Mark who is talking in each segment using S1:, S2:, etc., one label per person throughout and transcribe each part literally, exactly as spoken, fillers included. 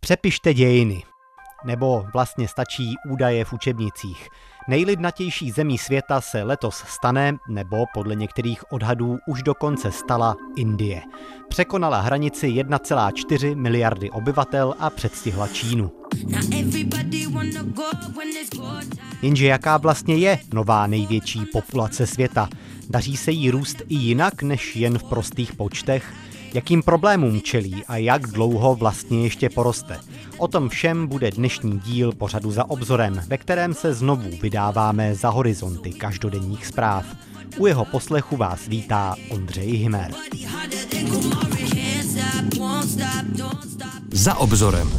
S1: Přepište dějiny. Nebo vlastně stačí údaje v učebnicích. Nejlidnatější zemí světa se letos stane, nebo podle některých odhadů už dokonce stala Indie. Překonala hranici jedna celá čtyři miliardy obyvatel a předstihla Čínu. Jenže jaká vlastně je nová největší populace světa? Daří se jí růst i jinak než jen v prostých počtech? Jakým problémům čelí a jak dlouho vlastně ještě poroste? O tom všem bude dnešní díl pořadu Za obzorem, ve kterém se znovu vydáváme za horizonty každodenních zpráv. U jeho poslechu vás vítá Ondřej Hymer.
S2: Za obzorem.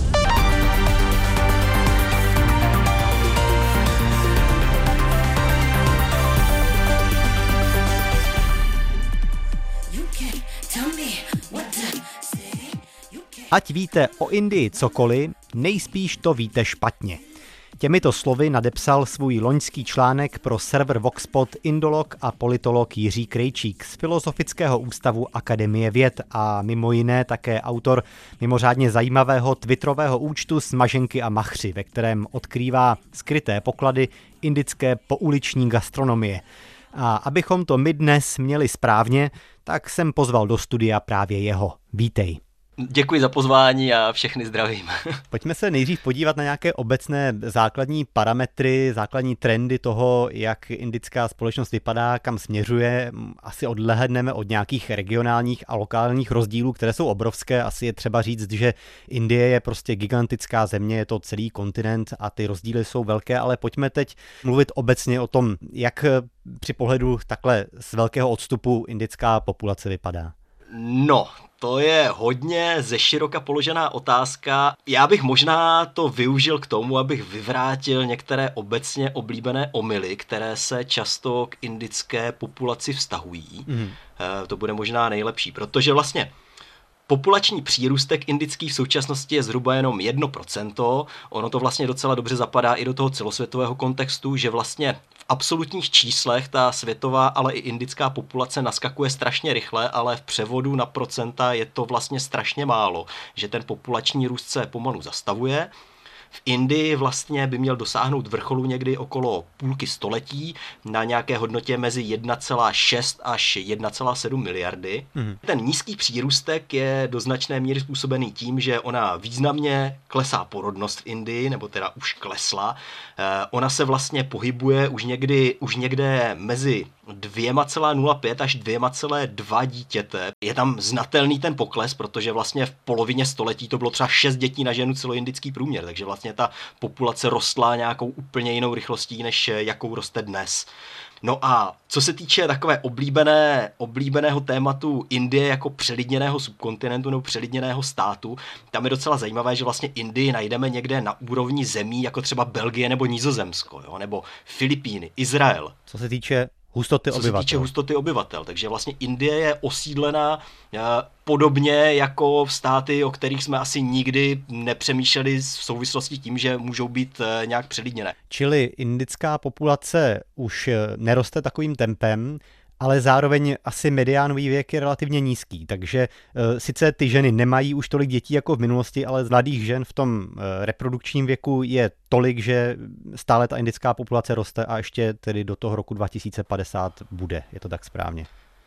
S1: Ať víte o Indii cokoliv, nejspíš to víte špatně. Těmito slovy nadepsal svůj loňský článek pro server Voxpot indolog a politolog Jiří Krejčík z Filozofického ústavu Akademie věd a mimo jiné také autor mimořádně zajímavého twitterového účtu Smaženky a machři, ve kterém odkrývá skryté poklady indické pouliční gastronomie. A abychom to my dnes měli správně, tak jsem pozval do studia právě jeho. Vítej.
S3: Děkuji za pozvání a všechny zdravím.
S1: Pojďme se nejdřív podívat na nějaké obecné základní parametry, základní trendy toho, jak indická společnost vypadá, kam směřuje. Asi odhlédneme od nějakých regionálních a lokálních rozdílů, které jsou obrovské. Asi je třeba říct, že Indie je prostě gigantická země, je to celý kontinent a ty rozdíly jsou velké, ale pojďme teď mluvit obecně o tom, jak při pohledu takhle z velkého odstupu indická populace vypadá.
S3: No, to je hodně ze široka položená otázka. Já bych možná to využil k tomu, abych vyvrátil některé obecně oblíbené omyly, které se často k indické populaci vztahují. Mm. To bude možná nejlepší, protože vlastně populační přírůstek indický v současnosti je zhruba jenom jedno procento. Ono to vlastně docela dobře zapadá i do toho celosvětového kontextu, že vlastně v absolutních číslech ta světová, ale i indická populace naskakuje strašně rychle, ale v převodu na procenta je to vlastně strašně málo, že ten populační růst se pomalu zastavuje. V Indii vlastně by měl dosáhnout vrcholu někdy okolo půlky století na nějaké hodnotě mezi jedna celá šest až jedna celá sedm miliardy. Mm. Ten nízký přírůstek je do značné míry způsobený tím, že ona významně klesá porodnost v Indii, nebo teda už klesla. Eh, ona se vlastně pohybuje už někdy, už někde mezi dvě celá nula pět až dvě celá dva dítěte. Je tam znatelný ten pokles, protože vlastně v polovině století to bylo třeba šest dětí na ženu celoindický průměr, takže vlastně ta populace rostla nějakou úplně jinou rychlostí, než jakou roste dnes. No a co se týče takové oblíbené, oblíbeného tématu Indie jako přelidněného subkontinentu nebo přelidněného státu, tam je docela zajímavé, že vlastně Indii najdeme někde na úrovni zemí, jako třeba Belgie nebo Nizozemsko, jo? Nebo Filipíny, Izrael.
S1: Co se týče hustoty
S3: Co
S1: obyvatel.
S3: se týče hustoty obyvatel. Takže vlastně Indie je osídlená uh, podobně jako státy, o kterých jsme asi nikdy nepřemýšleli v souvislosti tím, že můžou být uh, nějak přelidněné.
S1: Čili indická populace už neroste takovým tempem, ale zároveň asi mediánový věk je relativně nízký, takže e, sice ty ženy nemají už tolik dětí jako v minulosti, ale z mladých žen v tom e, reprodukčním věku je tolik, že stále ta indická populace roste a ještě tedy do toho roku dva tisíce padesát bude, je to tak správně?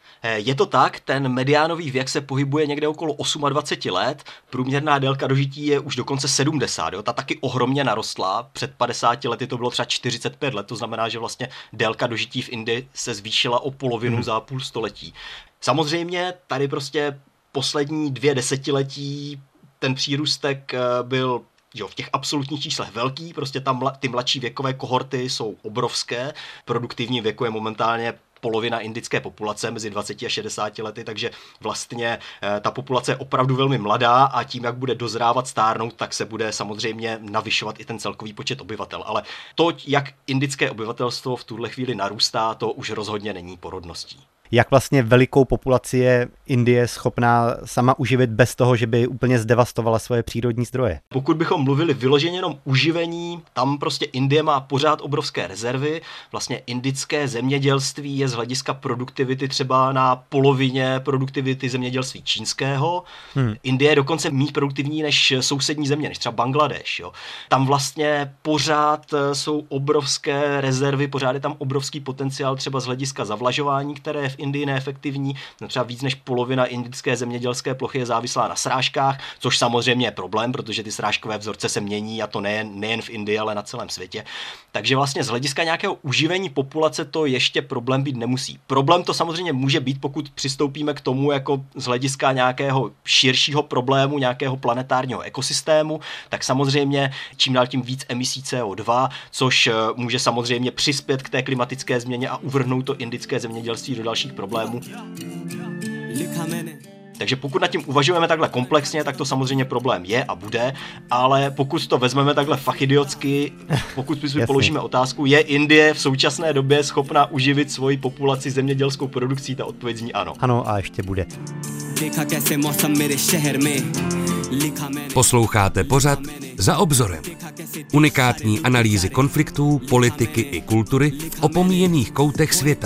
S3: Je to tak, ten mediánový věk se pohybuje někde okolo dvacet osm let, průměrná délka dožití je už dokonce sedmdesát, jo? Ta taky ohromně narostla, před padesáti lety to bylo třeba čtyřicet pět let, to znamená, že vlastně délka dožití v Indii se zvýšila o polovinu hmm. za půl století. Samozřejmě tady prostě poslední dvě desetiletí ten přírůstek byl jo, v těch absolutních číslech velký, prostě tam ty mladší věkové kohorty jsou obrovské, produktivní věku je momentálně polovina indické populace mezi dvaceti a šedesáti lety, takže vlastně ta populace je opravdu velmi mladá a tím, jak bude dozrávat, stárnout, tak se bude samozřejmě navyšovat i ten celkový počet obyvatel. Ale to, jak indické obyvatelstvo v tuhle chvíli narůstá, to už rozhodně není porodností.
S1: jak vlastně velikou populaci je Indie schopná sama uživit bez toho, že by úplně zdevastovala svoje přírodní zdroje.
S3: Pokud bychom mluvili vyloženě jenom uživení, tam prostě Indie má pořád obrovské rezervy. Vlastně indické zemědělství je z hlediska produktivity třeba na polovině produktivity zemědělství čínského. Hmm. Indie je dokonce méně produktivní než sousední země, než třeba Bangladeš. Jo. Tam vlastně pořád jsou obrovské rezervy, pořád je tam obrovský potenciál třeba z hlediska zavlažování, které je v Indii neefektivní. Třeba víc než polovina indické zemědělské plochy je závislá na srážkách, což samozřejmě je problém, protože ty srážkové vzorce se mění a to nejen, nejen v Indii, ale na celém světě. Takže vlastně z hlediska nějakého uživení populace to ještě problém být nemusí. Problém to samozřejmě může být, pokud přistoupíme k tomu jako z hlediska nějakého širšího problému, nějakého planetárního ekosystému, tak samozřejmě čím dál tím víc emisí C O dva, což může samozřejmě přispět k té klimatické změně a uvrhnout to indické zemědělství do dalších problémů. Takže pokud nad tím uvažujeme takhle komplexně, tak to samozřejmě problém je a bude, ale pokud to vezmeme takhle fachidiotsky, pokud si položíme otázku, je Indie v současné době schopná uživit svoji populaci zemědělskou produkcí, ta odpověď zní ano.
S1: Ano a ještě bude.
S2: Posloucháte pořad Za obzorem. Unikátní analýzy konfliktů, politiky i kultury v opomíjených koutech světa.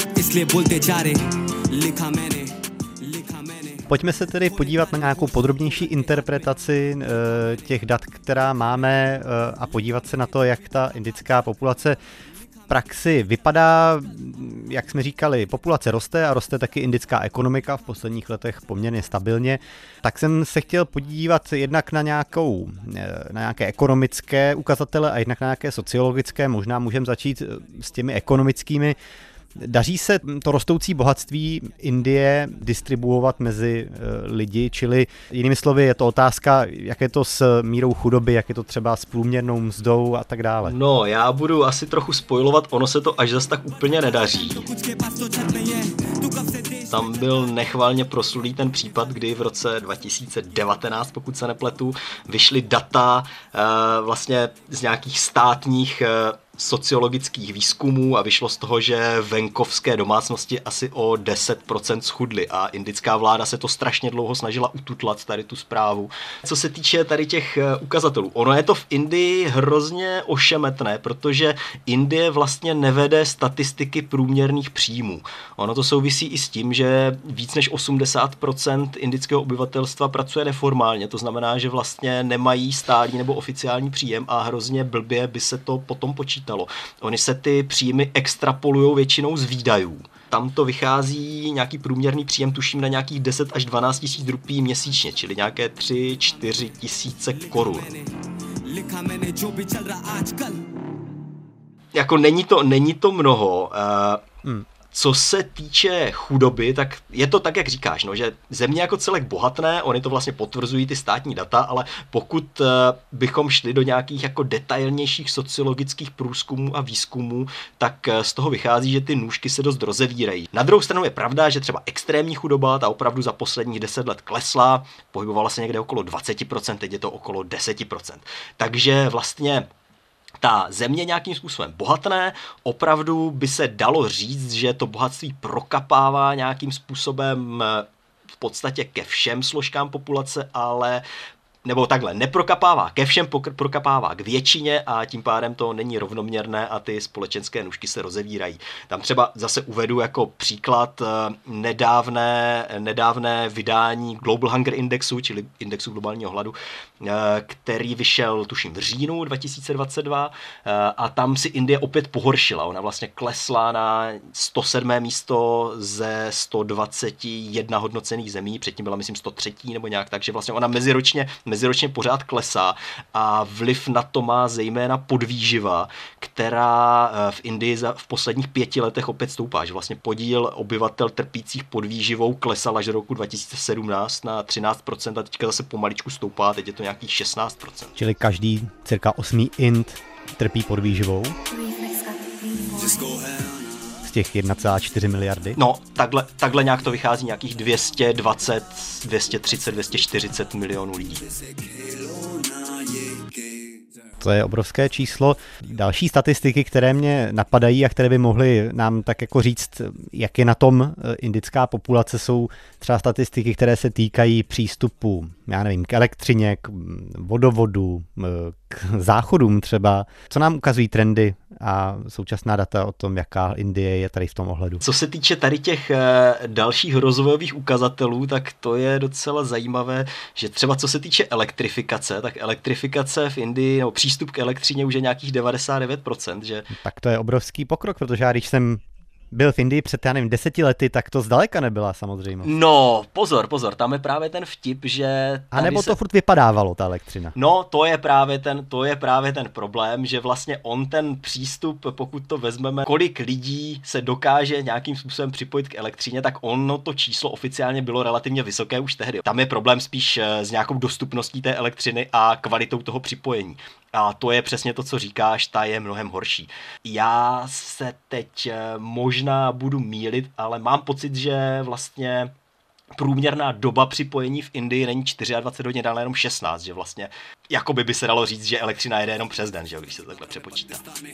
S1: Pojďme se tedy podívat na nějakou podrobnější interpretaci e, těch dat, která máme e, a podívat se na to, jak ta indická populace v praxi vypadá. Jak jsme říkali, populace roste a roste taky indická ekonomika v posledních letech poměrně stabilně. Tak jsem se chtěl podívat jednak na, nějakou, na nějaké ekonomické ukazatele a jednak na nějaké sociologické. Možná můžeme začít s těmi ekonomickými. Daří se to rostoucí bohatství Indie distribuovat mezi lidi, čili jinými slovy je to otázka, jak je to s mírou chudoby, jak je to třeba s průměrnou mzdou a tak dále.
S3: No, já budu asi trochu spojovat, ono se to až zas tak úplně nedaří. Tam byl nechvalně proslulý ten případ, kdy v roce dva tisíce devatenáct, pokud se nepletu, vyšly data vlastně z nějakých státních sociologických výzkumů a vyšlo z toho, že venkovské domácnosti asi o deset procent schudly a indická vláda se to strašně dlouho snažila ututlat tady tu zprávu. Co se týče tady těch ukazatelů, ono je to v Indii hrozně ošemetné, protože Indie vlastně nevede statistiky průměrných příjmů. Ono to souvisí i s tím, že víc než osmdesát procent indického obyvatelstva pracuje neformálně, to znamená, že vlastně nemají stálý nebo oficiální příjem a hrozně blbě by se to potom počítalo. Oni se ty příjmy extrapolujou většinou z výdajů. Tam to vychází nějaký průměrný příjem, tuším, na nějakých deset až dvanáct tisíc rupí měsíčně, čili nějaké tři čtyři tisíce korun. Jako není to, není to mnoho. Uh, hmm. Co se týče chudoby, tak je to tak, jak říkáš, no, že země jako celek bohatné, oni to vlastně potvrzují ty státní data, ale pokud uh, bychom šli do nějakých jako detailnějších sociologických průzkumů a výzkumů, tak uh, z toho vychází, že ty nůžky se dost rozevírají. Na druhou stranu je pravda, že třeba extrémní chudoba, ta opravdu za posledních deset let klesla, pohybovala se někde okolo dvacet procent, teď je to okolo deset procent. Takže vlastně ta země nějakým způsobem bohatné, opravdu by se dalo říct, že to bohatství prokapává nějakým způsobem v podstatě ke všem složkám populace, ale nebo takhle, neprokapává ke všem, prokapává k většině a tím pádem to není rovnoměrné a ty společenské nůžky se rozevírají. Tam třeba zase uvedu jako příklad nedávné, nedávné vydání Global Hunger Indexu, čili indexu globálního hladu, který vyšel, tuším, v říjnu dva tisíce dvacet dva a tam si Indie opět pohoršila. Ona vlastně klesla na sto sedmé místo ze sto dvacet jedna hodnocených zemí, předtím byla, myslím, sto tři nebo nějak, takže vlastně ona meziročně meziročně pořád klesá a vliv na to má zejména podvýživa, která v Indii za, v posledních pěti letech opět stoupá, že vlastně podíl obyvatel trpících podvýživou klesal až do roku dva tisíce sedmnáct na třináct procent a teďka zase pomaličku stoupá, teď je to nějakých šestnáct procent.
S1: Čili každý cirka osmý Ind trpí podvýživou? Z těch jedna celá čtyři miliardy?
S3: No, takhle, takhle nějak to vychází nějakých dvě stě dvacet, dvě stě třicet, dvě stě čtyřicet milionů lidí.
S1: To je obrovské číslo. Další statistiky, které mě napadají a které by mohly nám tak jako říct, jak je na tom indická populace, jsou třeba statistiky, které se týkají přístupu, já nevím, k elektřině, k vodovodu, k záchodům třeba. Co nám ukazují trendy a současná data o tom, jaká Indie je tady v tom ohledu?
S3: Co se týče tady těch dalších rozvojových ukazatelů, tak to je docela zajímavé, že třeba co se týče elektrifikace, tak elektrifikace v Indii, nebo přístup k elektřině už je nějakých devadesát devět procent, že?
S1: Tak to je obrovský pokrok, protože já když jsem byl v Indii před, já nevím, deseti lety, tak to zdaleka nebyla samozřejmě.
S3: No, pozor, pozor, tam je právě ten vtip, že...
S1: A nebo
S3: se...
S1: to furt vypadávalo, ta elektřina.
S3: No, to je právě ten, to je právě ten problém, že vlastně on ten přístup, pokud to vezmeme, kolik lidí se dokáže nějakým způsobem připojit k elektřině, tak ono to číslo oficiálně bylo relativně vysoké už tehdy. Tam je problém spíš s nějakou dostupností té elektřiny a kvalitou toho připojení. A to je přesně to, co říkáš, ta je mnohem horší. Já se teď možná budu mýlit, ale mám pocit, že vlastně průměrná doba připojení v Indii není dvacet čtyři hodin, ale jenom šestnáct, že vlastně jakoby by se dalo říct, že elektřina jede jenom přes den, že jo, když se to takhle přepočítá.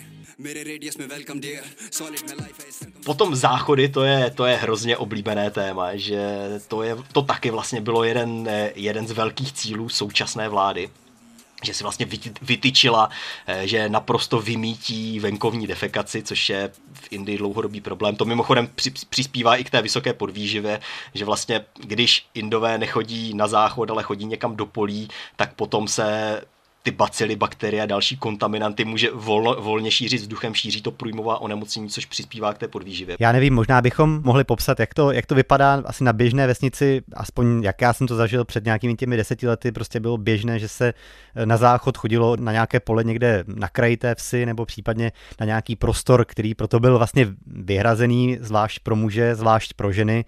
S3: Potom záchody, to je, to je hrozně oblíbené téma, že to, je, to taky vlastně bylo jeden, jeden z velkých cílů současné vlády, že si vlastně vytyčila, že naprosto vymítí venkovní defekaci, což je v Indii dlouhodobý problém. To mimochodem přispívá i k té vysoké podvýživě, že vlastně když Indové nechodí na záchod, ale chodí někam do polí, tak potom se ty bacily, bakterie a další kontaminanty může volno, volně šířit vzduchem, šíří to průjmová onemocnění, což přispívá k té podvýživě.
S1: Já nevím, možná bychom mohli popsat, jak to, jak to vypadá asi na běžné vesnici, aspoň jak já jsem to zažil před nějakými těmi deseti lety, prostě bylo běžné, že se na záchod chodilo na nějaké pole někde na kraji té vsi, nebo případně na nějaký prostor, který proto byl vlastně vyhrazený, zvlášť pro muže, zvlášť pro ženy.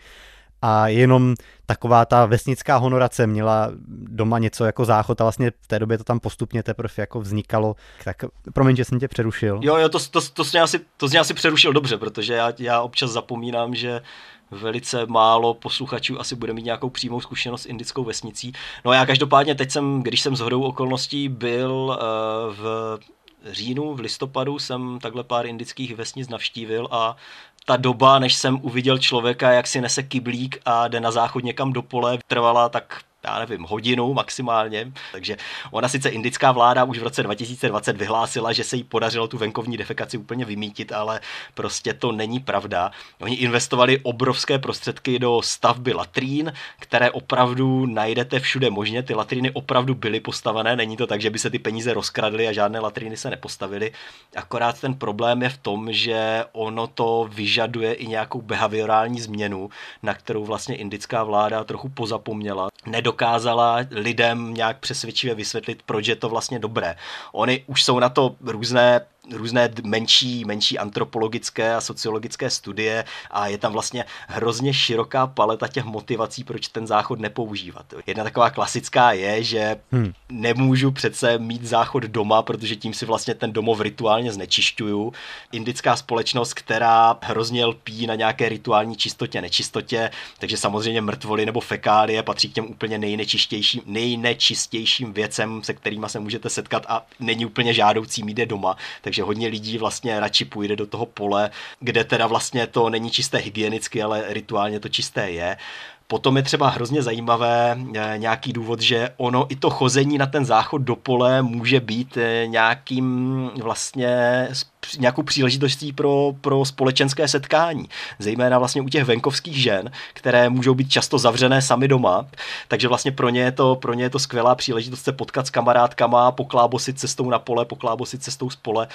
S1: A jenom taková ta vesnická honorace měla doma něco jako záchod a vlastně v té době to tam postupně teprve jako vznikalo. Tak promiň, že jsem tě přerušil.
S3: Jo, jo, to, to, to, jsi, asi, to jsi asi přerušil dobře, protože já, já občas zapomínám, že velice málo posluchačů asi bude mít nějakou přímou zkušenost s indickou vesnicí. No já každopádně teď jsem, když jsem shodou okolností byl uh, v říjnu, v listopadu jsem takhle pár indických vesnic navštívil a ta doba, než jsem uviděl člověka, jak si nese kyblík a jde na záchod někam do pole, trvala tak, já nevím, hodinu maximálně. Takže ona sice indická vláda už v roce dva tisíce dvacet vyhlásila, že se jí podařilo tu venkovní defekaci úplně vymítit, ale prostě to není pravda. Oni investovali obrovské prostředky do stavby latrín, které opravdu najdete všude možně. Ty latríny opravdu byly postavené, není to tak, že by se ty peníze rozkradly a žádné latríny se nepostavily. Akorát ten problém je v tom, že ono to vyžaduje i nějakou behaviorální změnu, na kterou vlastně indická vláda trochu pozapomněla. Nedokázala lidem nějak přesvědčivě vysvětlit, proč je to vlastně dobré. Oni už jsou na to různé různé menší, menší antropologické a sociologické studie a je tam vlastně hrozně široká paleta těch motivací, proč ten záchod nepoužívat. Jedna taková klasická je, že hmm. nemůžu přece mít záchod doma, protože tím si vlastně ten domov rituálně znečišťuju. Indická společnost, která hrozně lpí na nějaké rituální čistotě, nečistotě, takže samozřejmě mrtvoly nebo fekálie patří k těm úplně nejnečištějším, nejnečistějším věcem, se kterými se můžete setkat a není úplně žádoucí mít je doma. Takže hodně lidí vlastně radši půjde do toho pole, kde teda vlastně to není čisté hygienicky, ale rituálně to čisté je. Potom je třeba hrozně zajímavé nějaký důvod, že ono i to chození na ten záchod do pole může být nějakým vlastně nějakou příležitostí pro, pro společenské setkání. Zejména vlastně u těch venkovských žen, které můžou být často zavřené sami doma, takže vlastně pro ně je to, pro ně je to skvělá příležitost se potkat s kamarádkama, poklábosit cestou na pole, poklábosit cestou z pole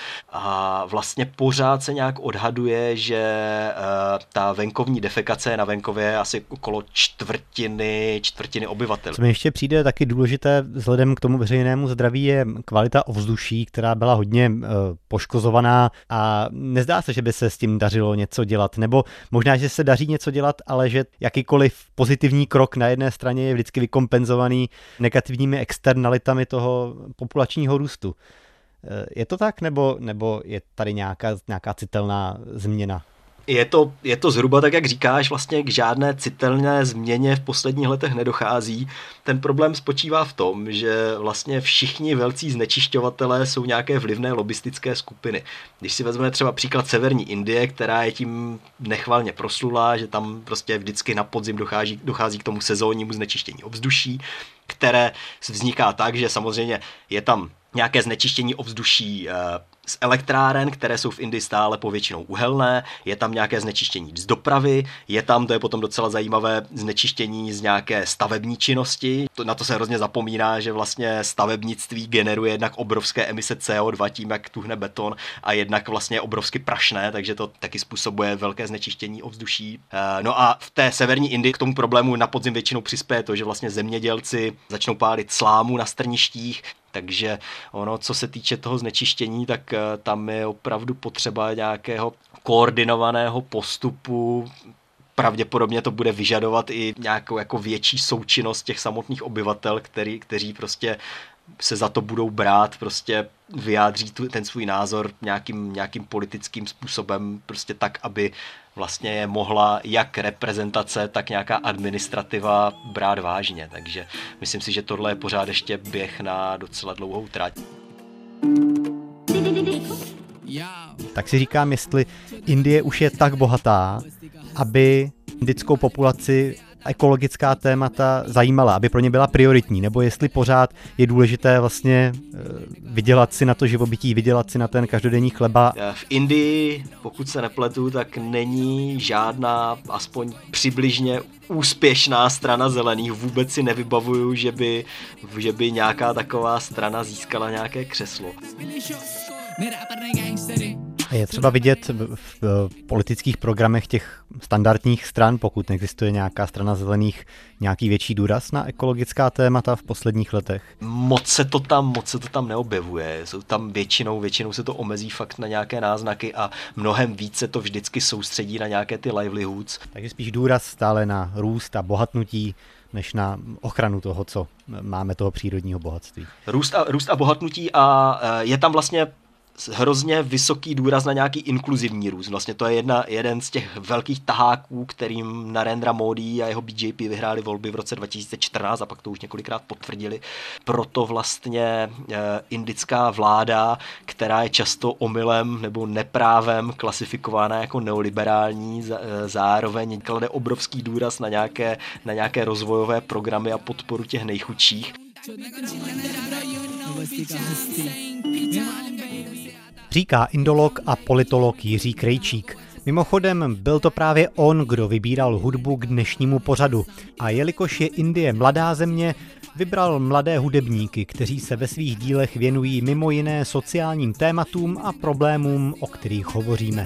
S3: a vlastně pořád se nějak odhaduje, že uh, ta venkovní defekace na venkově je asi okolo čtvrtiny, čtvrtiny obyvatel.
S1: Co mi ještě přijde taky důležité vzhledem k tomu veřejnému zdraví je kvalita ovzduší, která byla hodně uh, poškozovaná a nezdá se, že by se s tím dařilo něco dělat, nebo možná, že se daří něco dělat, ale že jakýkoliv pozitivní krok na jedné straně je vždycky vykompenzovaný negativními externalitami toho populačního růstu. Je to tak, nebo, nebo je tady nějaká, nějaká citelná změna?
S3: Je to, je to zhruba tak, jak říkáš, vlastně k žádné citelné změně v posledních letech nedochází. Ten problém spočívá v tom, že vlastně všichni velcí znečišťovatelé jsou nějaké vlivné lobistické skupiny. Když si vezmeme třeba příklad severní Indie, která je tím nechvalně proslulá, že tam prostě vždycky na podzim dochází, dochází k tomu sezónnímu znečištění ovzduší, které vzniká tak, že samozřejmě je tam nějaké znečištění ovzduší z elektráren, které jsou v Indii stále povětšinou uhelné, je tam nějaké znečištění z dopravy, je tam, to je potom docela zajímavé, znečištění z nějaké stavební činnosti. To, na to se hrozně zapomíná, že vlastně stavebnictví generuje jednak obrovské emise C O dva tím, jak tuhne beton, a jednak vlastně obrovsky prašné, takže to taky způsobuje velké znečištění ovzduší. No a v té severní Indii k tomu problému na podzim většinou přispěje to, že vlastně zemědělci začnou pálit slámu na strništích. Takže ono, co se týče toho znečištění, tak tam je opravdu potřeba nějakého koordinovaného postupu. Pravděpodobně to bude vyžadovat i nějakou jako větší součinnost těch samotných obyvatel, který, kteří prostě se za to budou brát, prostě vyjádří tu, ten svůj názor nějakým, nějakým politickým způsobem, prostě tak, aby vlastně je mohla jak reprezentace, tak nějaká administrativa brát vážně. Takže myslím si, že tohle je pořád ještě běh na docela dlouhou trať.
S1: Tak si říkám, jestli Indie už je tak bohatá, aby indickou populaci ekologická témata zajímala, aby pro ně byla prioritní, nebo jestli pořád je důležité vlastně vydělat si na to živobytí, vydělat si na ten každodenní chleba.
S3: V Indii, pokud se nepletu, tak není žádná aspoň přibližně úspěšná strana zelených. Vůbec si nevybavuju, že by, že by nějaká taková strana získala nějaké křeslo.
S1: Je třeba vidět v politických programech těch standardních stran, pokud neexistuje nějaká strana zelených, nějaký větší důraz na ekologická témata v posledních letech?
S3: Moc se to tam, moc se to tam neobjevuje. Jsou tam většinou, většinou se to omezí fakt na nějaké náznaky a mnohem více to vždycky soustředí na nějaké ty livelihoods.
S1: Takže spíš důraz stále na růst a bohatnutí, než na ochranu toho, co máme, toho přírodního bohatství.
S3: Růst a, růst a bohatnutí a je tam vlastně hrozně vysoký důraz na nějaký inkluzivní růst. Vlastně to je jedna, jeden z těch velkých taháků, kterým Narendra Modi a jeho B J P vyhráli volby v roce dva tisíce čtrnáct a pak to už několikrát potvrdili. Proto vlastně e, indická vláda, která je často omylem nebo neprávem klasifikována jako neoliberální, z, e, zároveň klade obrovský důraz na nějaké, na nějaké rozvojové programy a podporu těch nejchudších.
S1: Říká indolog a politolog Jiří Krejčík. Mimochodem byl to právě on, kdo vybíral hudbu k dnešnímu pořadu. A jelikož je Indie mladá země, vybral mladé hudebníky, kteří se ve svých dílech věnují mimo jiné sociálním tématům a problémům, o kterých hovoříme.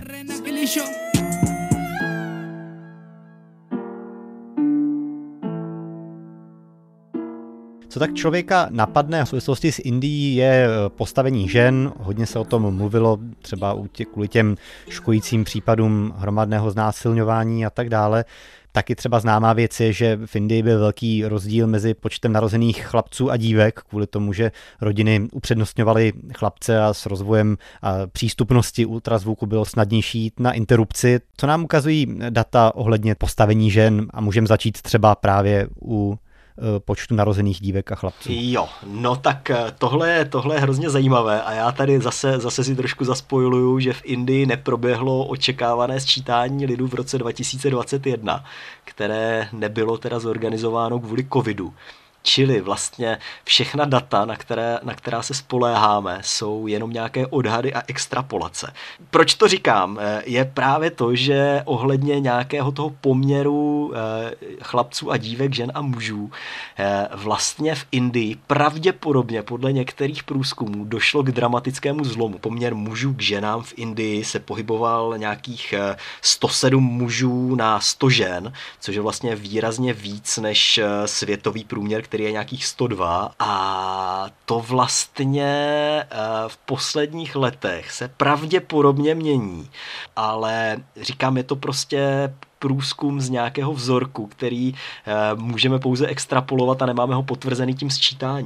S1: Co tak člověka napadne v souvislosti s Indií je postavení žen. Hodně se o tom mluvilo třeba u tě, kvůli těm škojícím případům hromadného znásilňování a tak dále. Taky třeba známá věc je, že v Indii byl velký rozdíl mezi počtem narozených chlapců a dívek, kvůli tomu, že rodiny upřednostňovaly chlapce a s rozvojem a přístupnosti ultrazvuku bylo snadnější jít na interrupci. Co nám ukazují data ohledně postavení žen a můžeme začít třeba právě u počtu narozených dívek a chlapců.
S3: Jo, no tak tohle, tohle je hrozně zajímavé a já tady zase, zase si trošku zaspojuju, že v Indii neproběhlo očekávané sčítání lidu v roce dva tisíce dvacet jedna, které nebylo teda zorganizováno kvůli covidu. Čili vlastně všechna data, na, které, na která se spoléháme, jsou jenom nějaké odhady a extrapolace. Proč to říkám? Je právě to, že ohledně nějakého toho poměru chlapců a dívek, žen a mužů, vlastně v Indii pravděpodobně podle některých průzkumů došlo k dramatickému zlomu. Poměr mužů k ženám v Indii se pohyboval nějakých sto sedm mužů na sto žen, což je vlastně výrazně víc než světový průměr, který je nějakých sto dva, a to vlastně v posledních letech se pravděpodobně mění, ale říkám, je to prostě průzkum z nějakého vzorku, který můžeme pouze extrapolovat a nemáme ho potvrzený tím sčítáním.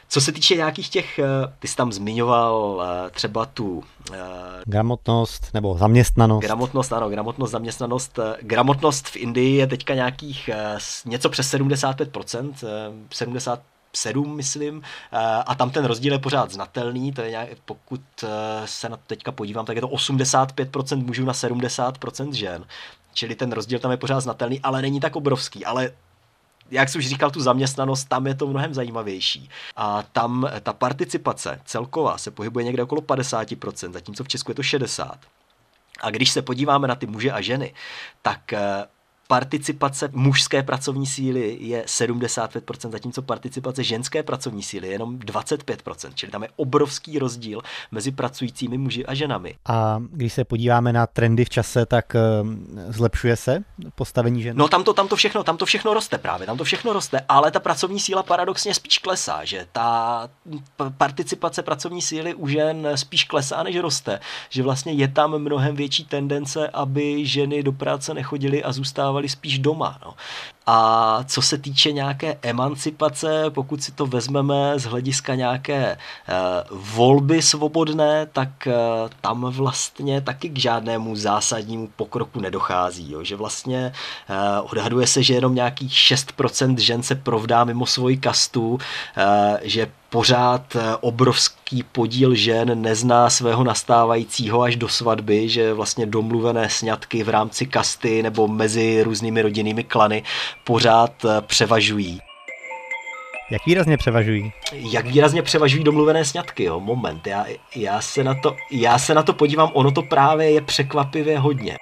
S3: Co se týče nějakých těch, ty jsi tam zmiňoval třeba tu...
S1: Gramotnost nebo zaměstnanost.
S3: Gramotnost, ano, gramotnost, zaměstnanost. Gramotnost v Indii je teďka nějakých něco přes sedmdesát pět procent, sedmdesát sedm, myslím, a tam ten rozdíl je pořád znatelný, to je nějak, pokud se na to teďka podívám, tak je to osmdesát pět procent mužů na sedmdesát procent žen, čili ten rozdíl tam je pořád znatelný, ale není tak obrovský, ale jak jsi už říkal, tu zaměstnanost, tam je to mnohem zajímavější. A tam ta participace celková se pohybuje někde okolo padesát procent, zatímco v Česku je to šedesát procent. A když se podíváme na ty muže a ženy, tak participace mužské pracovní síly je sedmdesát pět procent, zatímco participace ženské pracovní síly je jenom dvacet pět procent, čili tam je obrovský rozdíl mezi pracujícími muži a ženami.
S1: A když se podíváme na trendy v čase, tak zlepšuje se postavení žen?
S3: No tam to, tam to všechno, tam to všechno roste právě, tam to všechno roste, ale ta pracovní síla paradoxně spíš klesá, že ta participace pracovní síly u žen spíš klesá, než roste, že vlastně je tam mnohem větší tendence, aby ženy do práce nechodily a zůstávaly spíš doma. No. A co se týče nějaké emancipace, pokud si to vezmeme z hlediska nějaké e, volby svobodné, tak e, tam vlastně taky k žádnému zásadnímu pokroku nedochází. Jo. Že vlastně e, odhaduje se, že jenom nějakých šest procent žen se provdá mimo svoji kastu, e, že pořád obrovský podíl žen nezná svého nastávajícího až do svatby, že vlastně domluvené sňatky v rámci kasty nebo mezi různými rodinnými klany pořád převažují.
S1: Jak výrazně převažují?
S3: Jak výrazně převažují domluvené sňatky, jo? Moment, já, já, se na to, já se na to podívám, ono to právě je překvapivě hodně.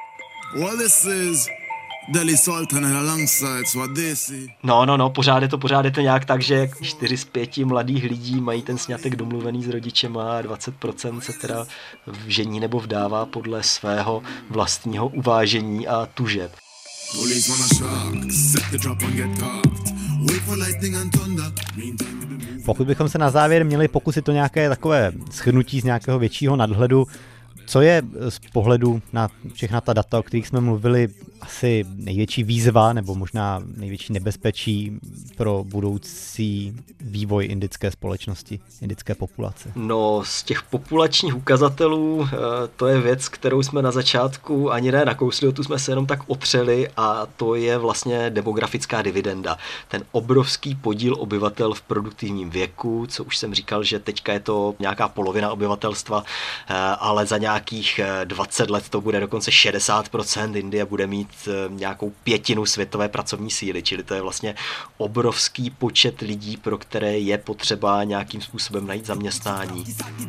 S3: No, no, no, pořád je to, pořád je to nějak tak, že čtyři z pěti mladých lidí mají ten sňatek domluvený s rodičema a dvacet procent se teda žení nebo vdává podle svého vlastního uvážení a tužeb.
S1: Pokud bychom se na závěr měli pokusit o nějaké takové shrnutí z nějakého většího nadhledu, co je z pohledu na všechna ta data, o kterých jsme mluvili, asi největší výzva nebo možná největší nebezpečí pro budoucí vývoj indické společnosti, indické populace?
S3: No, z těch populačních ukazatelů to je věc, kterou jsme na začátku ani ne nakousli, o tu jsme se jenom tak otřeli, a to je vlastně demografická dividenda. Ten obrovský podíl obyvatel v produktivním věku, co už jsem říkal, že teďka je to nějaká polovina obyvatelstva, ale za nějakých dvacet let to bude dokonce šedesát procent. Indie bude mít nějakou pětinu světové pracovní síly, čili to je vlastně obrovský počet lidí, pro které je potřeba nějakým způsobem najít zaměstnání.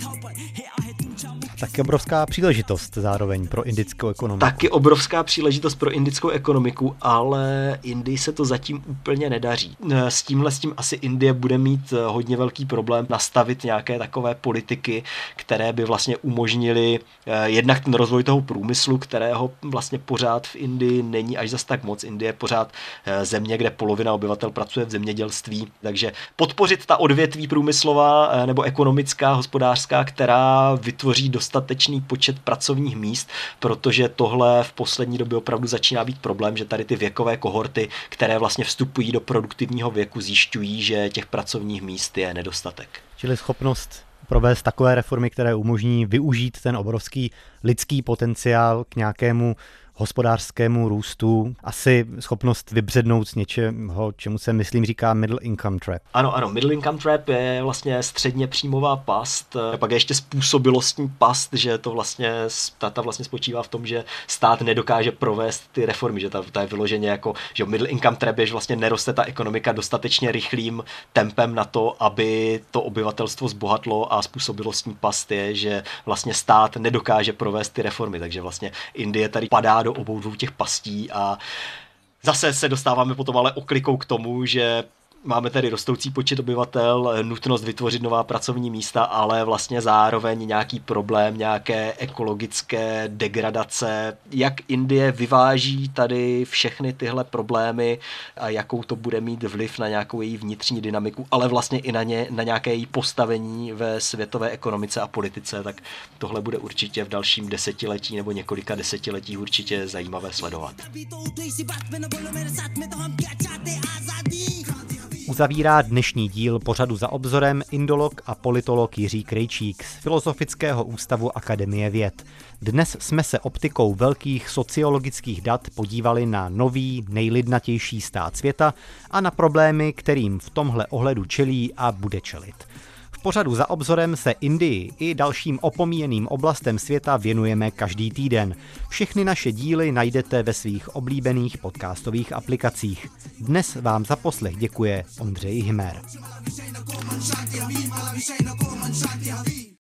S1: Taky obrovská příležitost zároveň pro indickou ekonomiku.
S3: Taky obrovská příležitost pro indickou ekonomiku, ale Indii se to zatím úplně nedaří. S tímhle s tím asi Indie bude mít hodně velký problém nastavit nějaké takové politiky, které by vlastně umožnily jednak ten rozvoj toho průmyslu, kterého vlastně pořád v Indii není až zas tak moc. Indie je pořád země, kde polovina obyvatel pracuje v zemědělství, takže podpořit ta odvětví průmyslová nebo ekonomická, hospodářská, která vytvoří dostatečný počet pracovních míst, protože tohle v poslední době opravdu začíná být problém, že tady ty věkové kohorty, které vlastně vstupují do produktivního věku, zjišťují, že těch pracovních míst je nedostatek.
S1: Čili schopnost provést takové reformy, které umožní využít ten obrovský lidský potenciál k nějakému hospodářskému růstu, asi schopnost vybřednout z něčeho, čemu se myslím říká middle income trap.
S3: Ano, ano, middle income trap je vlastně středně příjmová past, pak je ještě způsobilostní past, že to vlastně, ta, ta vlastně spočívá v tom, že stát nedokáže provést ty reformy, že ta, ta je vyloženě jako, že middle income trap je, že vlastně neroste ta ekonomika dostatečně rychlým tempem na to, aby to obyvatelstvo zbohatlo, a způsobilostní past je, že vlastně stát nedokáže provést ty reformy, takže vlastně Indie tady padá do obou dvou těch pastí a zase se dostáváme potom ale oklikou k tomu, že máme tady rostoucí počet obyvatel, nutnost vytvořit nová pracovní místa, ale vlastně zároveň nějaký problém, nějaké ekologické degradace. Jak Indie vyváží tady všechny tyhle problémy a jakou to bude mít vliv na nějakou její vnitřní dynamiku, ale vlastně i na, ně, na nějaké její postavení ve světové ekonomice a politice, tak tohle bude určitě v dalším desetiletí nebo několika desetiletí určitě zajímavé sledovat.
S1: uzavírá dnešní díl pořadu Za obzorem indolog a politolog Jiří Krejčík z Filozofického ústavu Akademie věd. Dnes jsme se optikou velkých sociologických dat podívali na nový, nejlidnatější stát světa a na problémy, kterým v tomhle ohledu čelí a bude čelit. V pořadu Za obzorem se Indii i dalším opomíjeným oblastem světa věnujeme každý týden. Všechny naše díly najdete ve svých oblíbených podcastových aplikacích. Dnes vám za poslech děkuje Ondřej Hymer.